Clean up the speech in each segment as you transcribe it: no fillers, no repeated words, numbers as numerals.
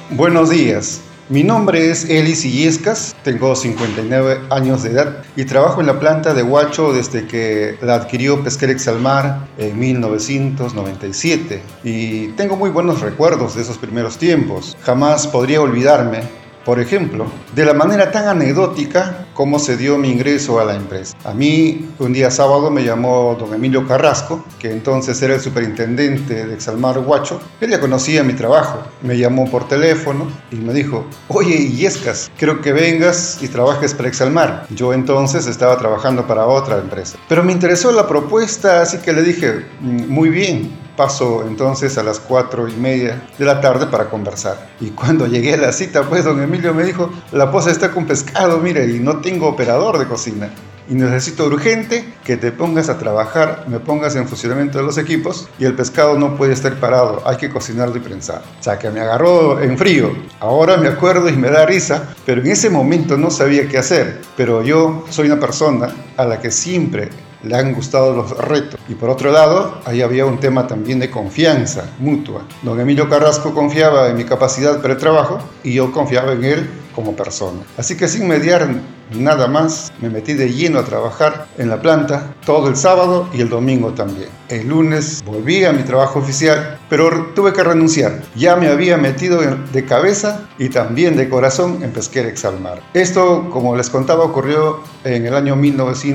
Buenos días, mi nombre es Elis Illescas, tengo 59 años de edad y trabajo en la planta de Huacho desde que la adquirió Pesquera Exalmar en 1997 y tengo muy buenos recuerdos de esos primeros tiempos. Jamás podría olvidarme, por ejemplo, de la manera tan anecdótica como se dio mi ingreso a la empresa. A mí, un día sábado me llamó don Emilio Carrasco, que entonces era el superintendente de Exalmar Huacho. Él ya conocía mi trabajo. Me llamó por teléfono y me dijo: oye, Illescas, quiero que vengas y trabajes para Exalmar. Yo entonces estaba trabajando para otra empresa. Pero me interesó la propuesta, así que le dije: muy bien. Paso entonces a las 4:30 de la tarde para conversar. Y cuando llegué a la cita, pues don Emilio me dijo: la poza está con pescado, mire, y no tengo operador de cocina. Y necesito urgente que te pongas a trabajar, me pongas en funcionamiento de los equipos y el pescado no puede estar parado, hay que cocinarlo y prensar. O sea, que me agarró en frío. Ahora me acuerdo y me da risa, pero en ese momento no sabía qué hacer. Pero yo soy una persona a la que siempre le han gustado los retos. Y por otro lado, ahí había un tema también de confianza mutua. Don Emilio Carrasco confiaba en mi capacidad para el trabajo y yo confiaba en él como persona. Así que sin mediar nada más, me metí de lleno a trabajar en la planta todo el sábado y el domingo también. El lunes volví a mi trabajo oficial, pero tuve que renunciar. Ya me había metido de cabeza y también de corazón en Pesquera Exalmar. Esto, como les contaba, ocurrió en el año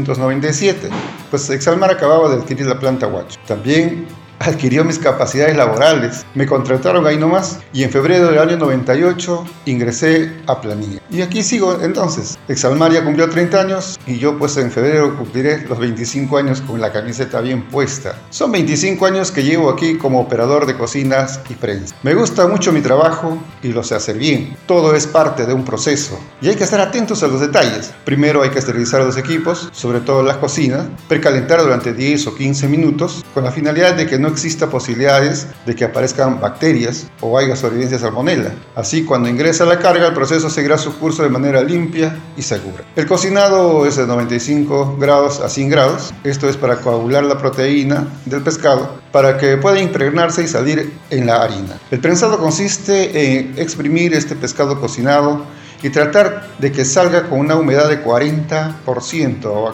1997. Pues Exalmar acababa de adquirir la planta Huacho. También adquirió mis capacidades laborales, me contrataron ahí nomás y en febrero del año 98 ingresé a planilla. Y aquí sigo entonces. Exalmar ya cumplió 30 años y yo pues en febrero cumpliré los 25 años con la camiseta bien puesta. Son 25 años que llevo aquí como operador de cocinas y prensa. Me gusta mucho mi trabajo y lo sé hacer bien. Todo es parte de un proceso y hay que estar atentos a los detalles. Primero hay que esterilizar los equipos, sobre todo las cocinas, precalentar durante 10 o 15 minutos con la finalidad de que no exista posibilidades de que aparezcan bacterias o haya sobrevivencia de salmonela. Así, cuando ingresa la carga, el proceso seguirá su curso de manera limpia y segura. El cocinado es de 95 grados a 100 grados. Esto es para coagular la proteína del pescado para que pueda impregnarse y salir en la harina. El prensado consiste en exprimir este pescado cocinado y tratar de que salga con una humedad de 40% o a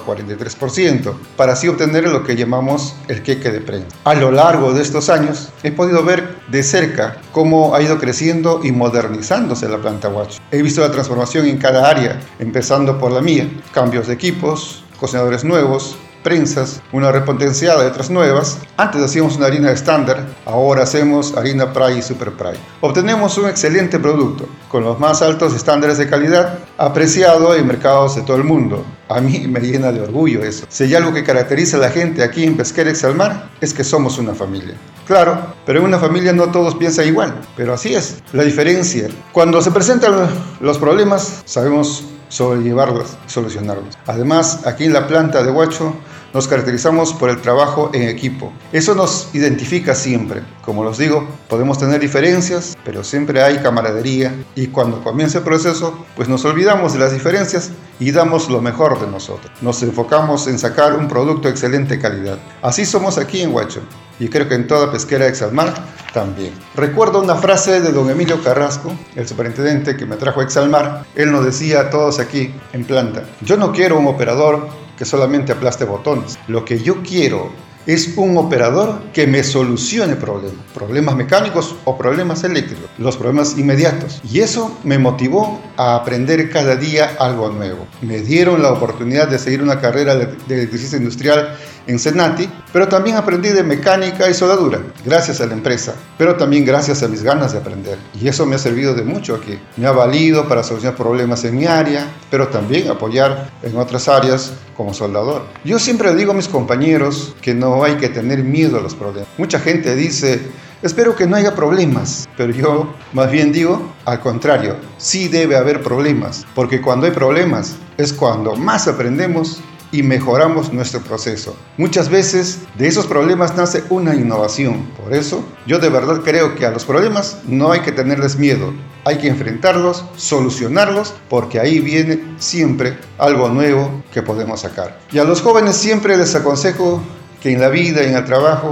43% para así obtener lo que llamamos el queque de prensa. A lo largo de estos años he podido ver de cerca cómo ha ido creciendo y modernizándose la planta Huacho. He visto la transformación en cada área, empezando por la mía: cambios de equipos, cocinadores nuevos, prensas, una repotenciada de otras nuevas. Antes hacíamos una harina estándar, ahora hacemos harina Pray y Super Pray. Obtenemos un excelente producto, con los más altos estándares de calidad, apreciado en mercados de todo el mundo. A mí me llena de orgullo eso. Si hay algo que caracteriza a la gente aquí en Pesquera Exalmar, es que somos una familia. Claro, pero en una familia no todos piensan igual, pero así es la diferencia. Cuando se presentan los problemas, sabemos sobrellevarlos y solucionarlos. Además, aquí en la planta de Huacho nos caracterizamos por el trabajo en equipo. Eso nos identifica siempre. Como los digo, podemos tener diferencias, pero siempre hay camaradería, y cuando comienza el proceso, pues nos olvidamos de las diferencias y damos lo mejor de nosotros. Nos enfocamos en sacar un producto de excelente calidad. Así somos aquí en Huacho, y creo que en toda Pesquera Exalmar también. Recuerdo una frase de don Emilio Carrasco, el superintendente que me trajo a Exalmar. Él nos decía a todos aquí en planta: yo no quiero un operador que solamente aplaste botones. Lo que yo quiero es un operador que me solucione problemas mecánicos o problemas eléctricos, los problemas inmediatos. Y eso me motivó a aprender cada día algo nuevo. Me dieron la oportunidad de seguir una carrera de electricista industrial en Senati, pero también aprendí de mecánica y soldadura, gracias a la empresa, pero también gracias a mis ganas de aprender. Y eso me ha servido de mucho aquí. Me ha valido para solucionar problemas en mi área, pero también apoyar en otras áreas como soldador. Yo siempre digo a mis compañeros que no hay que tener miedo a los problemas. Mucha gente dice: espero que no haya problemas, pero yo más bien digo, al contrario, sí debe haber problemas, porque cuando hay problemas es cuando más aprendemos y mejoramos nuestro proceso. Muchas veces de esos problemas nace una innovación. Por eso yo de verdad creo que a los problemas no hay que tenerles miedo. Hay que enfrentarlos, solucionarlos, porque ahí viene siempre algo nuevo que podemos sacar. Y a los jóvenes siempre les aconsejo que en la vida y en el trabajo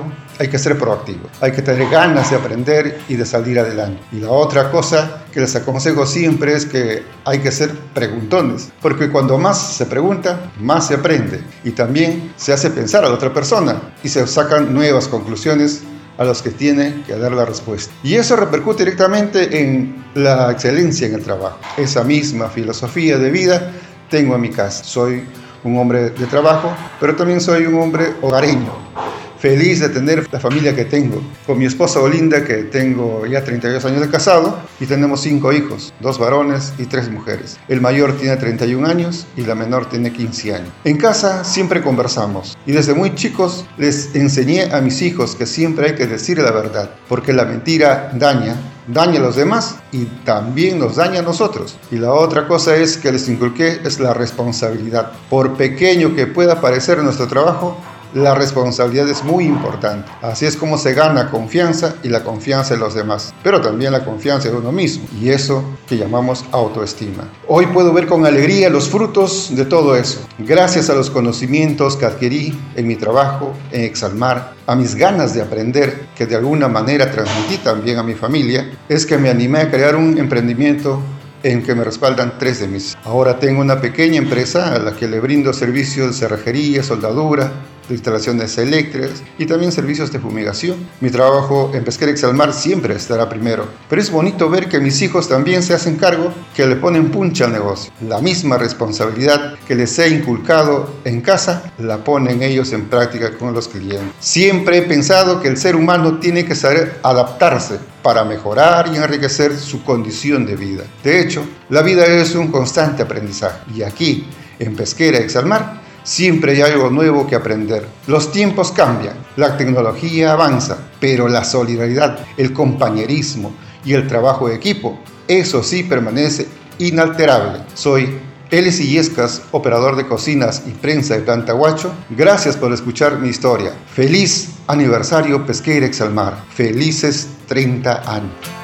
hay que ser proactivo, hay que tener ganas de aprender y de salir adelante. Y la otra cosa que les aconsejo siempre es que hay que ser preguntones, porque cuando más se pregunta, más se aprende y también se hace pensar a la otra persona y se sacan nuevas conclusiones a los que tiene que dar la respuesta. Y eso repercute directamente en la excelencia en el trabajo. Esa misma filosofía de vida tengo en mi casa. Soy un hombre de trabajo, pero también soy un hombre hogareño. Feliz de tener la familia que tengo, con mi esposa Olinda, que tengo ya 32 años de casado, y tenemos 5 hijos, 2 varones y 3 mujeres. El mayor tiene 31 años y la menor tiene 15 años. En casa siempre conversamos, y desde muy chicos les enseñé a mis hijos que siempre hay que decir la verdad, porque la mentira daña a los demás y también nos daña a nosotros. Y la otra cosa es que les inculqué es la responsabilidad. Por pequeño que pueda parecer nuestro trabajo, la responsabilidad es muy importante. Así es como se gana confianza y la confianza en los demás, pero también la confianza en uno mismo, y eso que llamamos autoestima. Hoy puedo ver con alegría los frutos de todo eso. Gracias a los conocimientos que adquirí en mi trabajo en Exalmar, a mis ganas de aprender que de alguna manera transmití también a mi familia, es que me animé a crear un emprendimiento en que me respaldan 3 de mis. Ahora tengo una pequeña empresa a la que le brindo servicios de cerrajería, soldadura, de instalaciones eléctricas y también servicios de fumigación. Mi trabajo en Pesquera Exalmar siempre estará primero, pero es bonito ver que mis hijos también se hacen cargo, que le ponen puncha al negocio. La misma responsabilidad que les he inculcado en casa, la ponen ellos en práctica con los clientes. Siempre he pensado que el ser humano tiene que saber adaptarse para mejorar y enriquecer su condición de vida. De hecho, la vida es un constante aprendizaje, y aquí, en Pesquera Exalmar, siempre hay algo nuevo que aprender. Los tiempos cambian, la tecnología avanza, pero la solidaridad, el compañerismo y el trabajo de equipo, eso sí permanece inalterable. Soy Elis Illescas, operador de cocinas y prensa de Planta Huacho. Gracias por escuchar mi historia. Feliz aniversario Pesquera Exalmar. Felices 30 años.